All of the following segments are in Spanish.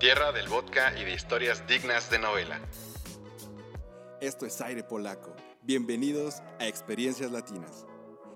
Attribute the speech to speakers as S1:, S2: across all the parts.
S1: tierra del vodka y de historias dignas de novela.
S2: Esto es Aire Polaco. Bienvenidos a Experiencias Latinas.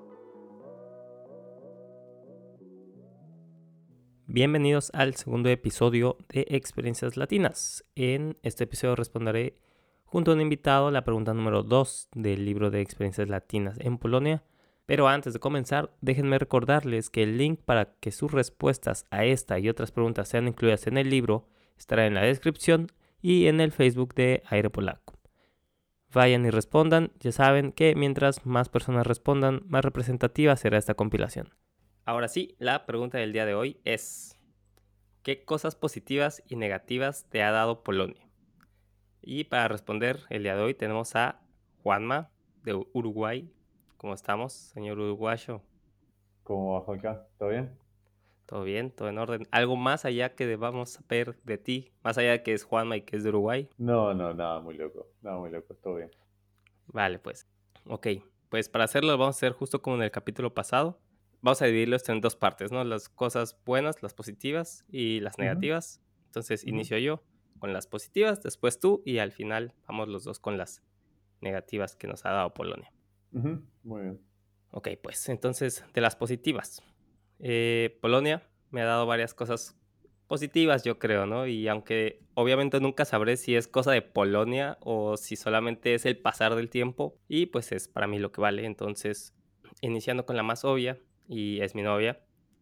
S3: Bienvenidos al segundo episodio de Experiencias Latinas. En este episodio responderé junto a un invitado la pregunta número 2 del libro de Experiencias Latinas en Polonia. Pero antes de comenzar, déjenme recordarles que el link para que sus respuestas a esta y otras preguntas sean incluidas en el libro estará en la descripción y en el Facebook de Aire Polaco. Vayan y respondan, ya saben que mientras más personas respondan, más representativa será esta compilación. Ahora sí, la pregunta del día de hoy es: ¿qué cosas positivas y negativas te ha dado Polonia? Y para responder el día de hoy tenemos a Juanma de Uruguay. ¿Cómo estamos, señor uruguayo?
S4: ¿Cómo vas, Juanca? ¿Todo bien?
S3: ¿Todo bien? ¿Todo en orden? ¿Algo más allá que debamos saber de ti? Más allá de que es Juanma y que es de Uruguay.
S4: No, nada muy loco, todo bien.
S3: Vale, pues. Ok, pues para hacerlo vamos a hacer justo como en el capítulo pasado. Vamos a dividirlo esto en dos partes, ¿no? Las cosas buenas, las positivas y las negativas. Entonces inicio yo con las positivas, después tú y al final vamos los dos con las negativas que nos ha dado Polonia.
S4: Muy bien.
S3: Ok, pues entonces de las positivas. Polonia me ha dado varias cosas positivas, yo creo, ¿no? Y aunque obviamente nunca sabré si es cosa de Polonia o si solamente es el pasar del tiempo, y pues es para mí lo que vale. Entonces, iniciando con la más obvia, y es mi novia,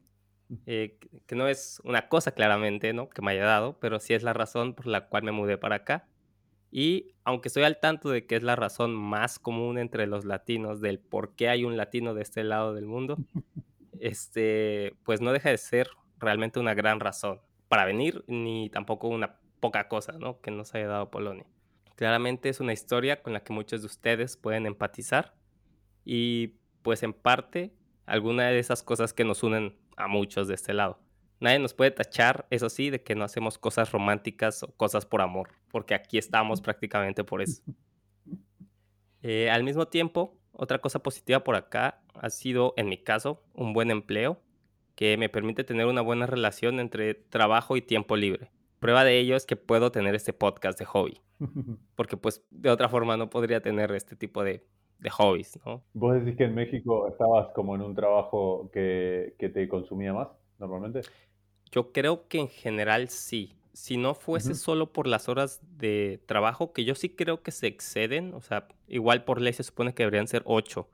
S3: que no es una cosa claramente, ¿no?, que me haya dado, pero sí es la razón por la cual me mudé para acá. Y aunque estoy al tanto de que es la razón más común entre los latinos del por qué hay un latino de este lado del mundo, pues no deja de ser realmente una gran razón para venir, ni tampoco una poca cosa, ¿no?, que nos haya dado Polonia. Claramente es una historia con la que muchos de ustedes pueden empatizar y pues en parte alguna de esas cosas que nos unen a muchos de este lado. Nadie nos puede tachar, eso sí, de que no hacemos cosas románticas o cosas por amor, porque aquí estamos prácticamente por eso. Al mismo tiempo, otra cosa positiva por acá ha sido, en mi caso, un buen empleo que me permite tener una buena relación entre trabajo y tiempo libre. Prueba de ello es que puedo tener este podcast de hobby, porque pues de otra forma no podría tener este tipo de hobbies, ¿no?
S4: ¿Vos decís que en México estabas como en un trabajo que te consumía más, normalmente?
S3: Yo creo que en general sí. Si no fuese solo por las horas de trabajo, que yo sí creo que se exceden, o sea, igual por ley se supone que deberían ser 8,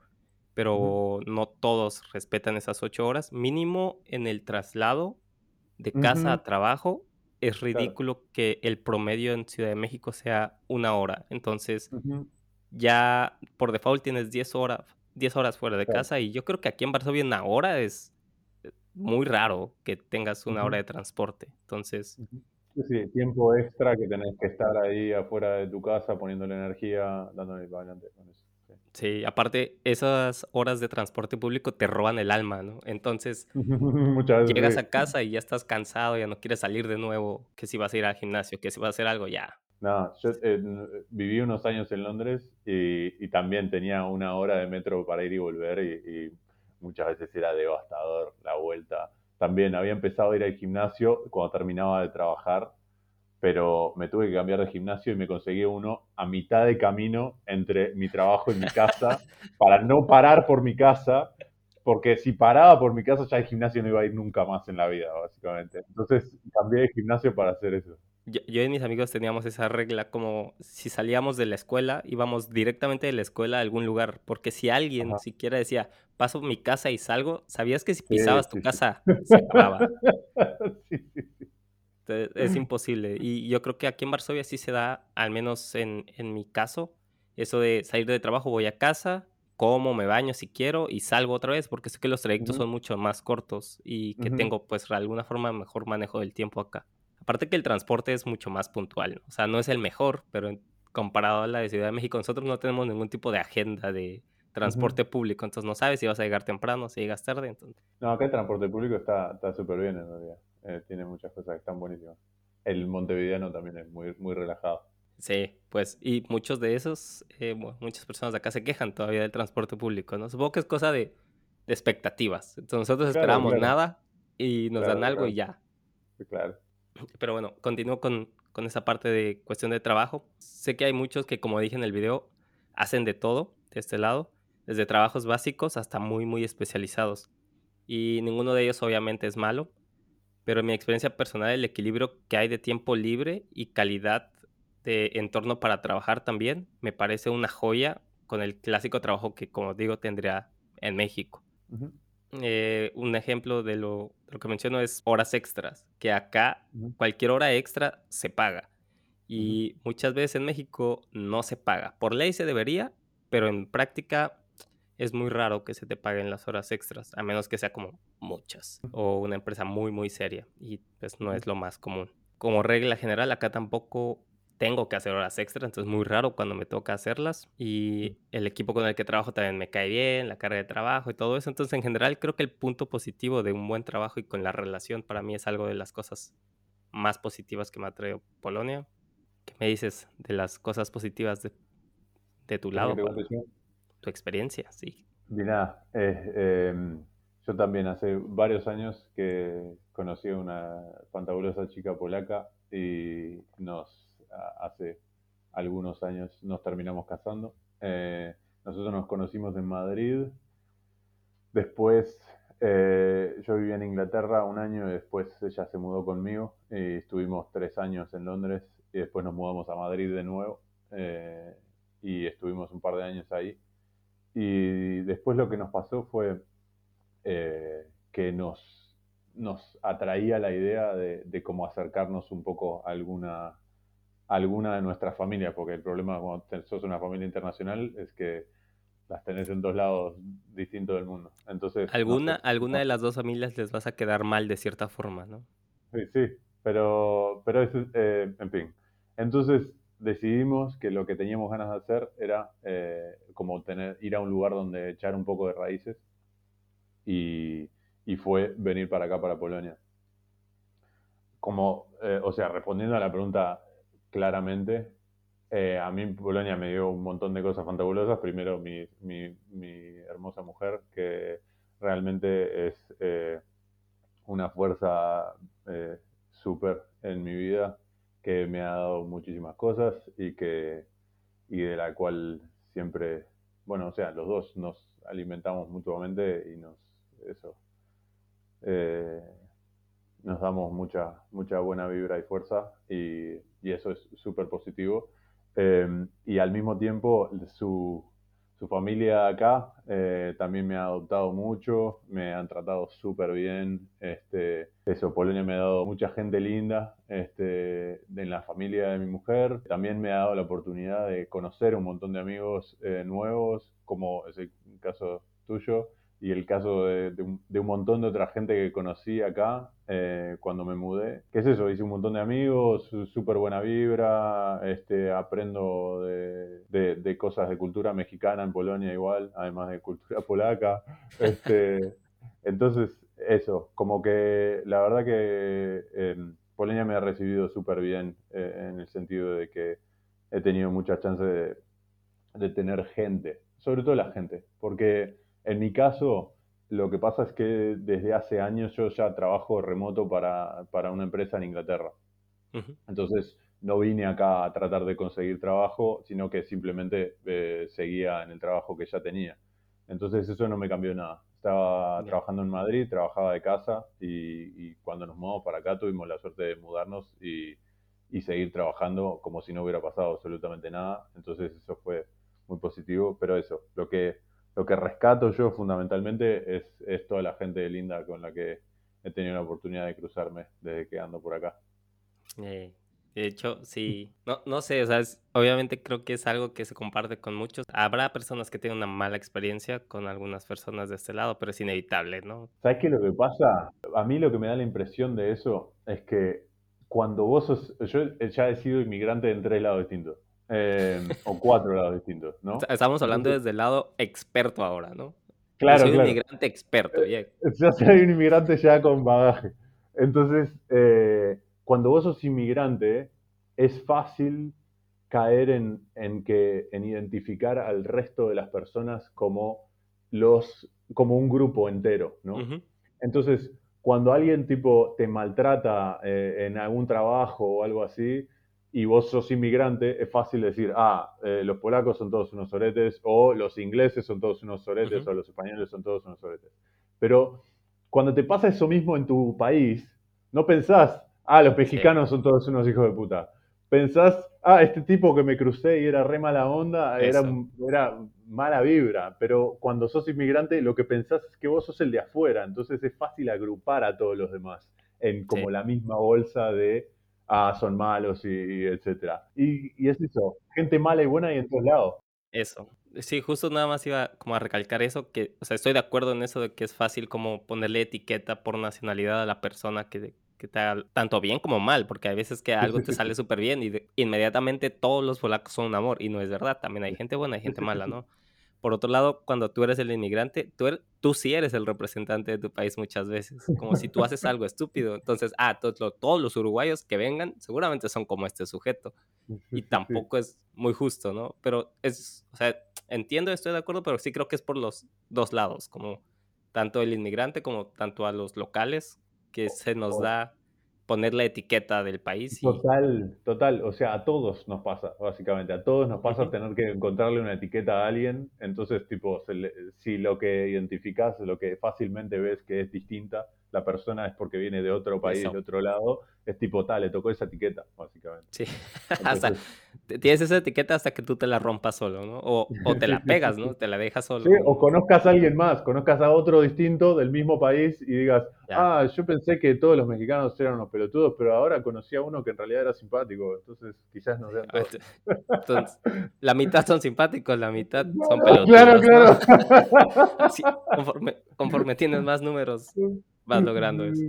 S3: pero no todos respetan esas 8 horas. Mínimo en el traslado de casa a trabajo, es
S4: Claro.
S3: ridículo que el promedio en Ciudad de México sea 1 hora. Entonces,
S4: Ujú,
S3: ya por default tienes 10 horas fuera de
S4: Claro.
S3: casa, y yo creo que aquí en Varsovia 1 hora es muy raro que tengas 1 hora
S4: Ujú,
S3: de transporte. Entonces,
S4: ujú. Sí, tiempo extra que tenés que estar ahí afuera de tu casa poniéndole energía, dándole para adelante con eso. Sí.
S3: sí, aparte, esas horas de transporte público te roban el alma, ¿no? Entonces,
S4: Muchas
S3: llegas
S4: veces
S3: a
S4: sí.
S3: casa y ya estás cansado, ya no quieres salir de nuevo, que si vas a ir al gimnasio, que si vas a hacer algo, ya.
S4: No, yo viví unos años en Londres y también tenía 1 hora de metro para ir y volver y muchas veces era devastador la vuelta. También había empezado a ir al gimnasio cuando terminaba de trabajar, pero me tuve que cambiar de gimnasio y me conseguí uno a mitad de camino entre mi trabajo y mi casa para no parar por mi casa, porque si paraba por mi casa ya el gimnasio no iba a ir nunca más en la vida, básicamente. Entonces cambié de gimnasio para hacer eso.
S3: Yo y mis amigos teníamos esa regla, como si salíamos de la escuela, íbamos directamente de la escuela a algún lugar, porque si alguien
S4: Ajá.
S3: siquiera decía, paso mi casa y salgo, sabías que si
S4: Sí,
S3: pisabas tu
S4: sí, sí.
S3: casa, se acababa.
S4: Sí, sí, sí.
S3: Es imposible. Y yo creo que aquí en Varsovia sí se da, al menos en mi caso, eso de salir de trabajo, voy a casa, como, me baño si quiero y salgo otra vez, porque sé que los trayectos
S4: Ujú,
S3: son mucho más cortos y que
S4: ujú,
S3: tengo pues de alguna forma mejor manejo del tiempo acá. Aparte que el transporte es mucho más puntual, ¿no? O sea, no es el mejor, pero comparado a la de Ciudad de México, nosotros no tenemos ningún tipo de agenda de
S4: ujú.
S3: transporte público, entonces no sabes si vas a llegar temprano, si llegas tarde, entonces...
S4: No, acá el transporte público está súper bien en realidad. Tiene muchas cosas que están buenísimas. El montevideano también es muy relajado.
S3: Sí, pues, y muchos de esos, muchas personas de acá se quejan todavía del transporte público, ¿no? Supongo que es cosa de expectativas. Entonces nosotros
S4: Claro,
S3: esperamos
S4: claro,
S3: nada y nos dan
S4: claro,
S3: algo y
S4: claro,
S3: ya.
S4: sí, claro.
S3: Pero bueno, continúo con esa parte de cuestión de trabajo. Sé que hay muchos que, como dije en el video, hacen de todo de este lado, desde trabajos básicos hasta muy, muy especializados. Y ninguno de ellos obviamente es malo, pero en mi experiencia personal el equilibrio que hay de tiempo libre y calidad de entorno para trabajar también me parece una joya con el clásico trabajo que, como digo, tendría en México.
S4: Ujú,
S3: Un ejemplo de lo que menciono es horas extras, que acá
S4: ujú,
S3: cualquier hora extra se paga.
S4: ujú.
S3: Y muchas veces en México no se paga. Por ley se debería, pero en práctica es muy raro que se te paguen las horas extras, a menos que sea como muchas o una empresa muy, muy seria. Y pues no
S4: Ujú.
S3: es lo más común. Como regla general, acá tampoco tengo que hacer horas extras, entonces es muy raro cuando me toca hacerlas. Y el equipo con el que trabajo también me cae bien, la carga de trabajo y todo eso. Entonces, en general, creo que el punto positivo de un buen trabajo y con la relación para mí es algo de las cosas más positivas que me ha traído Polonia. ¿Qué me dices de las cosas positivas de tu
S4: ¿Querés que
S3: lado,
S4: te cuente
S3: para
S4: yo?
S3: tu experiencia? Sí.
S4: Mirá, yo también hace varios años que conocí a una fantabulosa chica polaca y hace algunos años nos terminamos casando. Nosotros nos conocimos en Madrid, después yo vivía en Inglaterra un año y después ella se mudó conmigo y estuvimos 3 años en Londres y después nos mudamos a Madrid de nuevo eh, y estuvimos un par de años ahí. Y después lo que nos pasó fue que nos atraía la idea de cómo acercarnos un poco a alguna de nuestras familias, porque el problema cuando sos una familia internacional es que las tenés en dos lados distintos del mundo. Entonces,
S3: Alguna de las dos familias les vas a quedar mal de cierta forma, ¿no?
S4: sí, sí, pero en fin. Entonces decidimos que lo que teníamos ganas de hacer era como ir a un lugar donde echar un poco de raíces y, y fue venir para acá, para Polonia. O sea, respondiendo a la pregunta claramente, a mí Polonia me dio un montón de cosas fantabulosas. Primero, mi hermosa mujer, que realmente es una fuerza súper en mi vida, que me ha dado muchísimas cosas y de la cual siempre, bueno, o sea, los dos nos alimentamos mutuamente y eso, eh, nos damos mucha buena vibra y fuerza y eso es súper positivo. Y al mismo tiempo, su familia acá también me ha adoptado mucho, me han tratado súper bien. Eso, Polonia me ha dado mucha gente linda en la familia de mi mujer. También me ha dado la oportunidad de conocer un montón de amigos nuevos, como es el caso tuyo y el caso de un montón de otra gente que conocí acá cuando me mudé. ¿Qué es eso? Hice un montón de amigos, súper buena vibra, aprendo de cosas de cultura mexicana en Polonia igual, además de cultura polaca. Entonces, eso, como que la verdad que Polonia me ha recibido súper bien en el sentido de que he tenido mucha chance de tener gente, sobre todo la gente, porque en mi caso lo que pasa es que desde hace años yo ya trabajo remoto para una empresa en Inglaterra.
S3: Ujú.
S4: Entonces no vine acá a tratar de conseguir trabajo, sino que simplemente seguía en el trabajo que ya tenía. Entonces eso no me cambió nada. Estaba
S3: Ya.
S4: trabajando en Madrid, trabajaba de casa y cuando nos mudamos para acá tuvimos la suerte de mudarnos y seguir trabajando como si no hubiera pasado absolutamente nada. Entonces eso fue muy positivo, pero eso, lo que rescato yo fundamentalmente es toda la gente linda con la que he tenido la oportunidad de cruzarme desde que ando por acá.
S3: Eh, de hecho, sí. No sé, o sea, obviamente creo que es algo que se comparte con muchos. Habrá personas que tienen una mala experiencia con algunas personas de este lado, pero es inevitable, ¿no?
S4: ¿Sabes qué es lo que pasa? A mí lo que me da la impresión de eso es que cuando vos sos, yo ya he sido inmigrante en 3 lados distintos, o 4 lados distintos, ¿no?
S3: Estamos hablando
S4: Entonces,
S3: desde el lado experto ahora, ¿no? Yo
S4: claro,
S3: soy un
S4: claro.
S3: inmigrante experto, ya.
S4: Yo soy un inmigrante ya con bagaje. Entonces, cuando vos sos inmigrante, es fácil caer en identificar al resto de las personas como un grupo entero, ¿no?
S3: Ujú.
S4: Entonces, cuando alguien tipo te maltrata en algún trabajo o algo así, y vos sos inmigrante, es fácil decir, los polacos son todos unos soretes, o los ingleses son todos unos soretes,
S3: Ujú.
S4: o los españoles son todos unos soretes. Pero cuando te pasa eso mismo en tu país, no pensás, los
S3: Sí,
S4: mexicanos son todos unos hijos de puta. Pensás, este tipo que me crucé y era re mala onda,
S3: eso.
S4: era mala vibra. Pero cuando sos inmigrante, lo que pensás es que vos sos el de afuera. Entonces es fácil agrupar a todos los demás en como
S3: Sí,
S4: la misma bolsa de, son malos y etcétera. Y es eso, gente mala y buena hay en todos lados.
S3: eso. Sí, justo nada más iba como a recalcar eso, que, o sea, estoy de acuerdo en eso de que es fácil como ponerle etiqueta por nacionalidad a la persona que te haga tanto bien como mal, porque hay veces que
S4: Sí,
S3: algo
S4: sí,
S3: te
S4: sí, sí.
S3: sale súper bien y inmediatamente todos los polacos son un amor, y no es verdad, también hay gente buena, hay
S4: Sí,
S3: gente
S4: sí, sí,
S3: mala,
S4: sí.
S3: ¿no? Por otro lado, cuando tú eres el inmigrante, tú sí eres el representante de tu país muchas veces, como si tú haces algo estúpido, entonces, todos los uruguayos que vengan seguramente son como este sujeto
S4: Sí, sí,
S3: y
S4: sí, sí.
S3: tampoco es muy justo, ¿no? Pero o sea, entiendo, estoy de acuerdo, pero sí creo que es por los dos lados, como tanto el inmigrante como tanto a los locales, que se nos
S4: O-
S3: da poner la etiqueta del país y...
S4: Total, total. O sea, a todos nos pasa, básicamente. A todos nos pasa
S3: Ujú,
S4: tener que encontrarle una etiqueta a alguien. Entonces, tipo, si lo que identificás, lo que fácilmente ves que es distinta, la persona es porque viene de otro país, de
S3: eso,
S4: otro lado, es tipo, tal, le tocó esa etiqueta, básicamente.
S3: sí. Hasta
S4: Entonces,
S3: tienes esa etiqueta hasta que tú te la rompas solo, ¿no? O te
S4: sí,
S3: la
S4: sí, sí,
S3: pegas,
S4: sí.
S3: ¿no? Te la dejas
S4: Sí,
S3: solo,
S4: o
S3: como,
S4: conozcas a alguien más, conozcas a otro distinto del mismo país y digas,
S3: ya.
S4: yo pensé que todos los mexicanos eran unos pelotudos, pero ahora conocí a uno que en realidad era simpático, entonces quizás no sean todos.
S3: Entonces, la mitad son simpáticos, la mitad son
S4: Claro,
S3: pelotudos, ¿no?
S4: claro.
S3: Así, conforme tienes más números, vas logrando eso.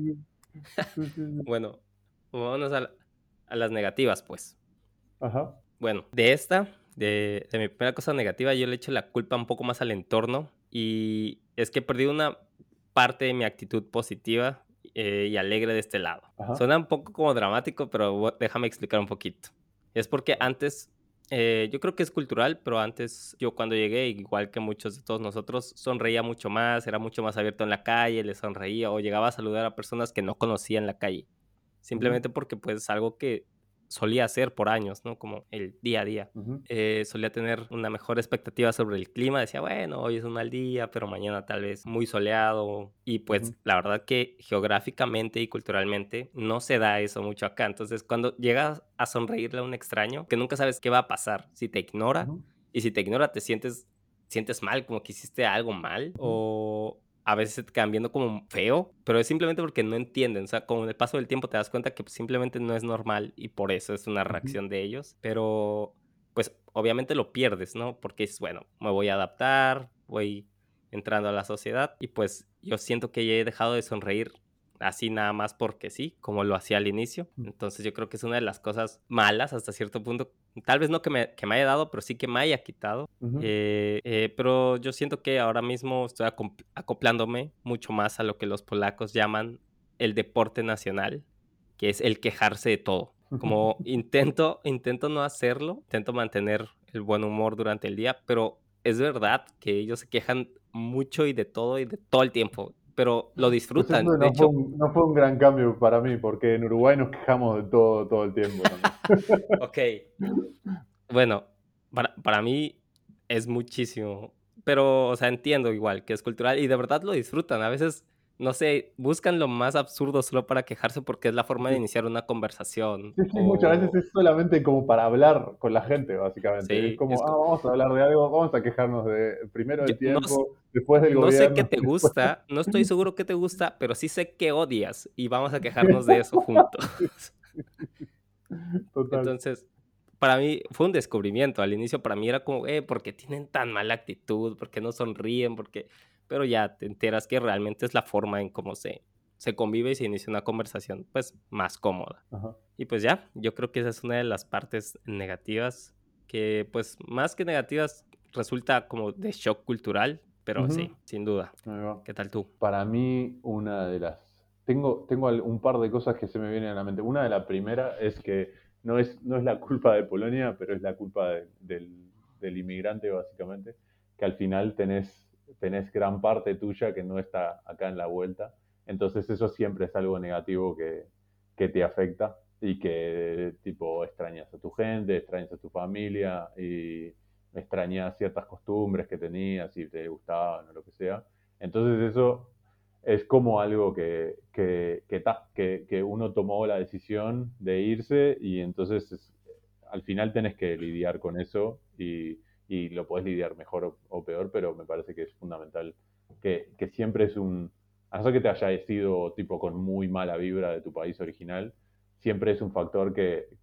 S3: Bueno, vámonos a las negativas, pues.
S4: Ajá.
S3: Bueno, de mi primera cosa negativa, yo le echo la culpa un poco más al entorno y es que perdí una parte de mi actitud positiva y alegre de este lado.
S4: Ajá.
S3: Suena un poco como dramático, pero déjame explicar un poquito. Es porque antes, yo creo que es cultural, pero antes yo cuando llegué, igual que muchos de todos nosotros, sonreía mucho más, era mucho más abierto en la calle, le sonreía o llegaba a saludar a personas que no conocía en la calle.
S4: Ujú,
S3: Simplemente porque, pues, algo que solía hacer por años, ¿no? Como el día a día.
S4: ujú,
S3: Solía tener una mejor expectativa sobre el clima. Decía, bueno, hoy es un mal día, pero mañana tal vez muy soleado. Y pues
S4: ujú,
S3: la verdad que geográficamente y culturalmente no se da eso mucho acá. Entonces, cuando llegas a sonreírle a un extraño, que nunca sabes qué va a pasar, si te ignora,
S4: ujú,
S3: y si te ignora sientes mal, como que hiciste algo mal,
S4: ujú,
S3: o a veces se te quedan viendo como feo, pero es simplemente porque no entienden. O sea, con el paso del tiempo te das cuenta que pues, simplemente no es normal y por eso es una
S4: ujú,
S3: reacción de ellos. Pero, pues, obviamente lo pierdes, ¿no? Porque es, bueno, me voy a adaptar, voy entrando a la sociedad y pues yo siento que ya he dejado de sonreír así nada más porque sí, como lo hacía al inicio. Entonces yo creo que es una de las cosas malas hasta cierto punto. Tal vez no que me haya dado, pero sí que me haya quitado.
S4: ujú.
S3: Pero yo siento que ahora mismo estoy acoplándome mucho más a lo que los polacos llaman el deporte nacional, que es el quejarse de todo. Como intento no hacerlo, intento mantener el buen humor durante el día, pero es verdad que ellos se quejan mucho y de todo el tiempo, pero lo
S4: Pues eso
S3: disfrutan. De
S4: no
S3: hecho,
S4: no fue un gran cambio para mí, porque en Uruguay nos quejamos de todo, todo el tiempo también.
S3: ok, bueno, para mí es muchísimo, pero, o sea, entiendo igual que es cultural y de verdad lo disfrutan. A veces, no sé, buscan lo más absurdo solo para quejarse porque es la forma de iniciar una conversación
S4: Sí, sí, muchas veces
S3: o
S4: es solamente como para hablar con la gente, básicamente. Es
S3: sí,
S4: como, vamos a hablar de algo, vamos a quejarnos de primero
S3: yo
S4: del tiempo, después del
S3: no sé qué
S4: gobierno,
S3: te
S4: después...
S3: gusta, no estoy seguro qué te gusta, pero sí sé qué odias y vamos a quejarnos de eso juntos.
S4: Total.
S3: Entonces, para mí fue un descubrimiento. Al inicio para mí era como, ¿por qué tienen tan mala actitud? ¿Por qué no sonríen? Pero ya te enteras que realmente es la forma en cómo se convive y se inicia una conversación, pues, más cómoda.
S4: Ajá.
S3: Y pues ya, yo creo que esa es una de las partes negativas que, pues, más que negativas, resulta como de shock cultural, pero
S4: Ujú.
S3: sí, sin duda.
S4: Ahí va.
S3: ¿Qué tal tú?
S4: Para mí, una de las... Tengo un par de cosas que se me vienen a la mente. Una de las primeras es que no es la culpa de Polonia, pero es la culpa del inmigrante, básicamente, que al final tenés gran parte tuya que no está acá en la vuelta. Entonces eso siempre es algo negativo que te afecta y que tipo extrañas a tu gente, extrañas a tu familia y extrañas ciertas costumbres que tenías y te gustaban o lo que sea. Entonces eso es como algo que uno tomó la decisión de irse y entonces al final tenés que lidiar con eso y lo podés lidiar mejor o peor, pero me parece que es fundamental que siempre es a no ser que te hayas ido tipo con muy mala vibra de tu país original, siempre es un factor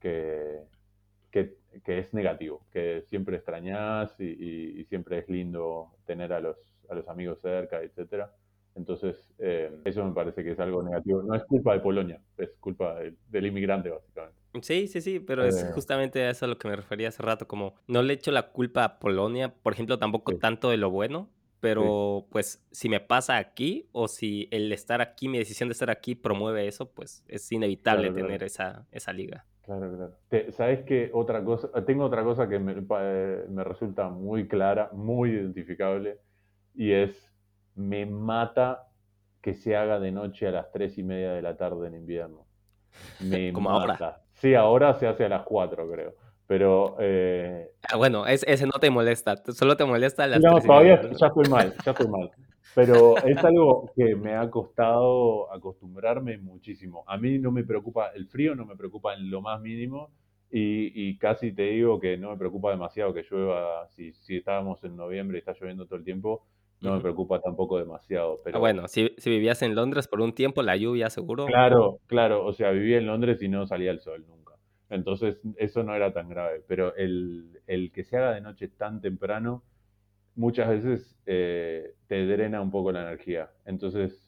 S4: que es negativo, que siempre extrañas y siempre es lindo tener a los amigos cerca, etcétera. Entonces, eso me parece que es algo negativo. No es culpa de Polonia, es culpa del inmigrante, básicamente.
S3: Sí, sí, sí, pero es
S4: Eh,
S3: justamente a eso a lo que me refería hace rato, como no le echo la culpa a Polonia, por ejemplo, tampoco
S4: sí,
S3: tanto de lo bueno,
S4: sí,
S3: pero pues si me pasa aquí o si el estar aquí, mi decisión de estar aquí promueve eso, pues es inevitable
S4: claro,
S3: tener
S4: claro.
S3: esa liga.
S4: Claro, claro. ¿Sabes qué? Otra cosa, tengo otra cosa que me resulta muy clara, muy identificable, y es, me mata que se haga de noche a las 3:30 de la tarde en invierno. Me
S3: Como ahora.
S4: mata. Sí, ahora se hace a las 4, creo. Pero
S3: Ah, bueno, ese no te molesta, solo te molesta a las
S4: no,
S3: 3:30,
S4: todavía
S3: ¿no?
S4: ya estoy mal, ya estoy mal. Pero es algo que me ha costado acostumbrarme muchísimo. A mí no me preocupa el frío, no me preocupa en lo más mínimo y casi te digo que no me preocupa demasiado que llueva. Si estábamos en noviembre y está lloviendo todo el tiempo, no me
S3: Ujú.
S4: preocupa tampoco demasiado.
S3: Ah,
S4: Pero
S3: bueno, si vivías en Londres por un tiempo, la lluvia seguro.
S4: claro, claro, o sea, viví en Londres y no salía el sol nunca. Entonces eso no era tan grave. Pero el que se haga de noche tan temprano muchas veces te drena un poco la energía. Entonces,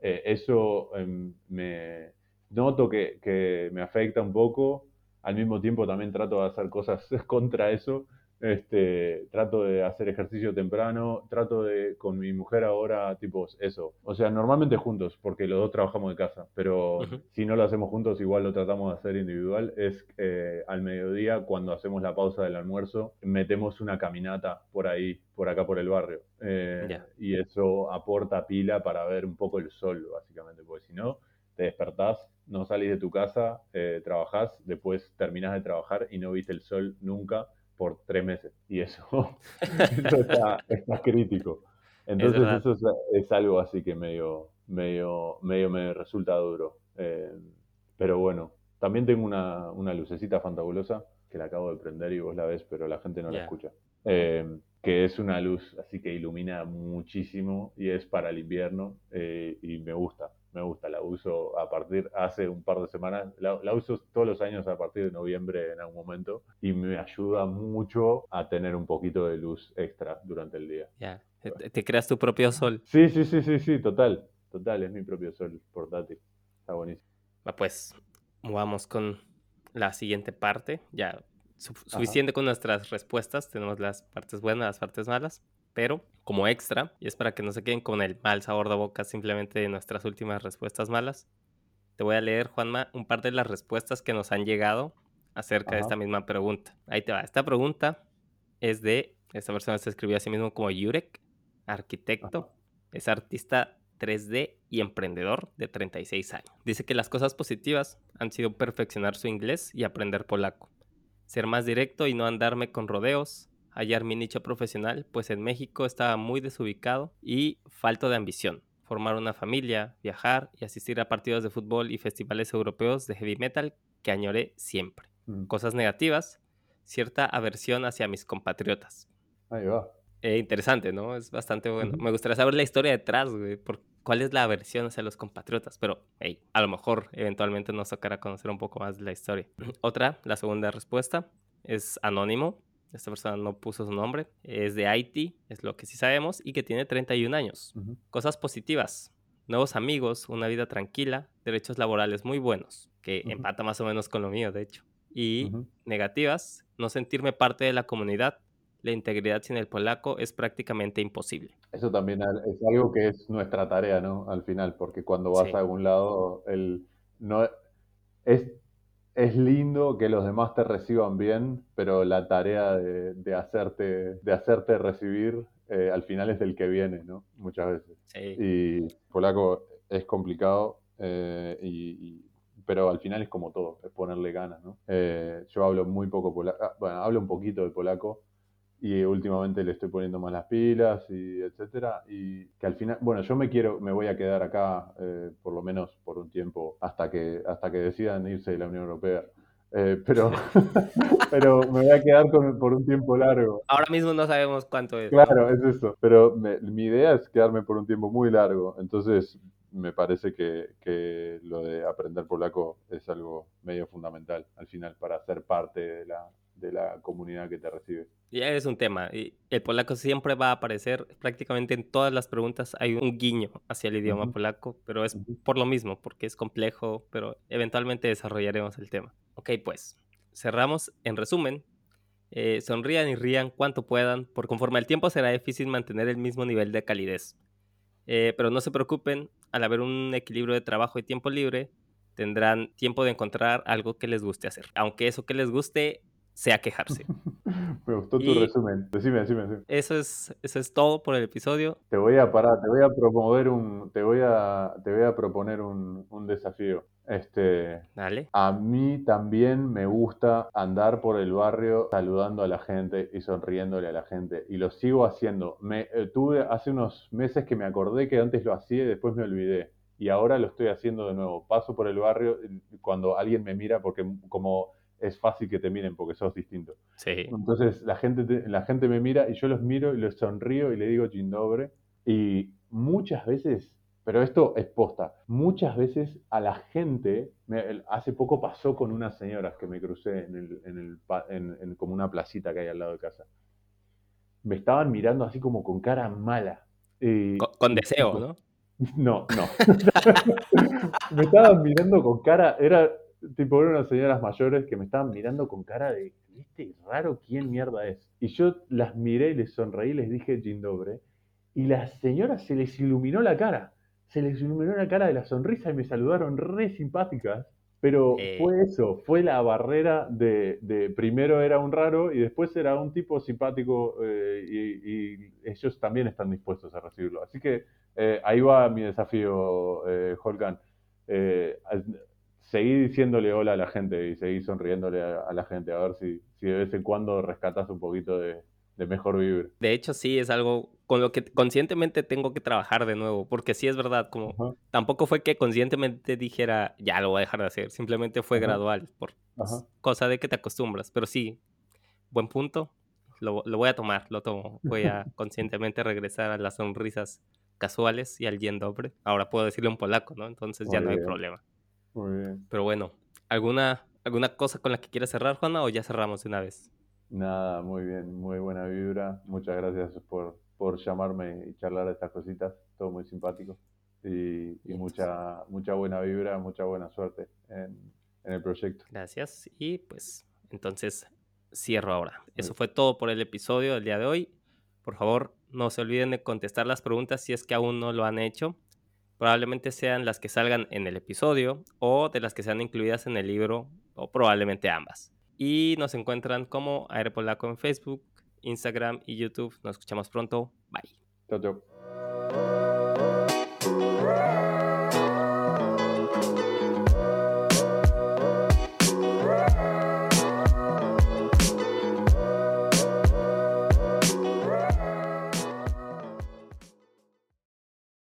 S4: eso me noto que me afecta un poco. Al mismo tiempo también trato de hacer cosas contra eso. Trato de hacer ejercicio temprano, trato de con mi mujer ahora, tipo eso. O sea, normalmente juntos, porque los dos trabajamos de casa, pero
S3: Ujú.
S4: si no lo hacemos juntos, igual lo tratamos de hacer individual. Es al mediodía, cuando hacemos la pausa del almuerzo, metemos una caminata por ahí, por acá por el barrio.
S3: Ya.
S4: Y eso aporta pila para ver un poco el sol, básicamente, porque si no, te despertás, no salís de tu casa, trabajás, después terminás de trabajar y no viste el sol nunca por 3 meses. Y eso, eso está crítico.
S3: Es
S4: Entonces
S3: verdad.
S4: eso es algo así que medio me resulta duro. Pero bueno, también tengo una lucecita fantabulosa que la acabo de prender y vos la ves, pero la gente no la
S3: Ya.
S4: escucha. Que es una luz así que ilumina muchísimo y es para el invierno y me gusta, la uso hace un par de semanas, la uso todos los años a partir de noviembre en algún momento y me ayuda mucho a tener un poquito de luz extra durante el día.
S3: Ya. Te creas tu propio sol.
S4: Sí, sí, sí, sí, sí, total, es mi propio sol portátil, está buenísimo.
S3: Va, pues vamos con la siguiente parte. Ya
S4: Ajá,
S3: suficiente con nuestras respuestas. Tenemos las partes buenas, las partes malas. Pero como extra, y es para que no se queden con el mal sabor de boca simplemente de nuestras últimas respuestas malas, te voy a leer, Juanma, un par de las respuestas que nos han llegado acerca de
S4: ajá,
S3: esta misma pregunta. Ahí te va. Esta pregunta es esta persona se escribió a sí mismo como Jurek,
S4: ajá.
S3: arquitecto, es artista 3D y emprendedor de 36 años. Dice que las cosas positivas han sido perfeccionar su inglés y aprender polaco, ser más directo y no andarme con rodeos, hallar mi nicho profesional, pues en México estaba muy desubicado y falto de ambición, formar una familia, viajar y asistir a partidos de fútbol y festivales europeos de heavy metal que añoré siempre.
S4: Mm,
S3: Cosas negativas, cierta aversión hacia mis compatriotas.
S4: ahí va.
S3: Interesante, ¿no? Es bastante bueno.
S4: Ujú.
S3: Me gustaría saber la historia detrás, güey, cuál es la aversión hacia los compatriotas, pero hey, a lo mejor eventualmente nos tocará conocer un poco más de la historia. Otra, la segunda respuesta, es anónimo. Esta persona no puso su nombre. Es de Haití, es lo que sí sabemos, y que tiene 31 años.
S4: Ujú,
S3: Cosas positivas. Nuevos amigos, una vida tranquila, derechos laborales muy buenos, que
S4: ujú,
S3: empata más o menos con lo mío, de hecho. Y
S4: ujú.
S3: negativas, no sentirme parte de la comunidad, la integridad sin el polaco es prácticamente imposible.
S4: Eso también es algo que es nuestra tarea, ¿no? Al final, porque cuando vas a
S3: Sí,
S4: algún lado, no, es, es lindo que los demás te reciban bien, pero la tarea de hacerte recibir al final es del que viene, ¿no? Muchas veces.
S3: sí.
S4: Y polaco, es complicado, pero al final es como todo, es ponerle ganas, ¿no? Yo hablo muy poco polaco, bueno, hablo un poquito de polaco y últimamente le estoy poniendo más las pilas y etcétera, y que al final, bueno, yo me voy a quedar acá por lo menos por un tiempo hasta que decidan irse de la Unión Europea. Pero, pero me voy a quedar por un tiempo largo.
S3: Ahora mismo no sabemos cuánto es, ¿no?
S4: Claro, es eso. Pero mi idea es quedarme por un tiempo muy largo. Entonces, me parece que lo de aprender polaco es algo medio fundamental al final para ser parte de la comunidad que te recibe.
S3: Ya es un tema. Y el polaco siempre va a aparecer, prácticamente en todas las preguntas hay un guiño hacia el idioma
S4: Ujú,
S3: polaco, pero es
S4: ujú.
S3: por lo mismo, porque es complejo, pero eventualmente desarrollaremos el tema. Ok, pues cerramos. En resumen, sonrían y rían cuanto puedan, por conforme al tiempo será difícil mantener el mismo nivel de calidez. Pero no se preocupen, al haber un equilibrio de trabajo y tiempo libre, tendrán tiempo de encontrar algo que les guste hacer, aunque eso que les guste sea quejarse.
S4: Me gustó tu
S3: Y
S4: resumen. Decime.
S3: eso es todo por el episodio.
S4: Te voy a parar, te voy a promover te voy a proponer un desafío.
S3: Dale.
S4: A mí también me gusta andar por el barrio saludando a la gente y sonriéndole a la gente. Y lo sigo haciendo. Tuve hace unos meses que me acordé que antes lo hacía y después me olvidé. Y ahora lo estoy haciendo de nuevo. Paso por el barrio cuando alguien me mira, porque como es fácil que te miren porque sos distinto.
S3: Sí.
S4: Entonces la gente me mira y yo los miro y les sonrío y le digo Dzień dobry. Y muchas veces, pero esto es posta, muchas veces a la gente, hace poco pasó con unas señoras que me crucé en como una placita que hay al lado de casa. Me estaban mirando así como con cara mala.
S3: Con deseo, ¿no?
S4: No. Me estaban mirando con cara, eran unas señoras mayores que me estaban mirando con cara de, este raro, ¿quién mierda es? Y yo las miré y les sonreí, les dije Dzień dobry, y las señoras se les iluminó la cara, se les iluminó la cara de la sonrisa y me saludaron re simpáticas, pero
S3: Eh,
S4: fue eso, fue la barrera primero era un raro y después era un tipo simpático y ellos también están dispuestos a recibirlo. Así que ahí va mi desafío, Holgan. Eh, Seguí diciéndole hola a la gente y seguí sonriéndole a la gente, a ver si de vez en cuando rescatas un poquito de mejor vivir.
S3: de hecho, sí, es algo con lo que conscientemente tengo que trabajar de nuevo, porque sí es verdad, como
S4: Ajá,
S3: tampoco fue que conscientemente dijera, ya lo voy a dejar de hacer, simplemente fue
S4: ajá,
S3: gradual, por
S4: ajá.
S3: cosa de que te acostumbras, pero sí, buen punto, lo voy a tomar, lo tomo, voy a conscientemente regresar a las sonrisas casuales y al dzień dobry. Ahora puedo decirle en polaco, ¿no? Entonces ya
S4: Muy
S3: no hay
S4: bien,
S3: problema.
S4: muy bien.
S3: Pero bueno, ¿alguna cosa con la que quieras cerrar, Juana, o ya cerramos de una vez?
S4: Nada, muy bien, muy buena vibra. Muchas gracias por llamarme y charlar de estas cositas. Todo muy simpático. Y
S3: Bien,
S4: mucha buena vibra, mucha buena suerte en el proyecto.
S3: gracias. Y pues entonces cierro ahora.
S4: Muy
S3: Eso
S4: bien.
S3: fue todo por el episodio del día de hoy. Por favor, no se olviden de contestar las preguntas si es que aún no lo han hecho. Probablemente sean las que salgan en el episodio o de las que sean incluidas en el libro, o probablemente ambas. Y nos encuentran como Aire Polaco en Facebook, Instagram y YouTube. Nos escuchamos pronto. Bye.
S4: Chao, chao.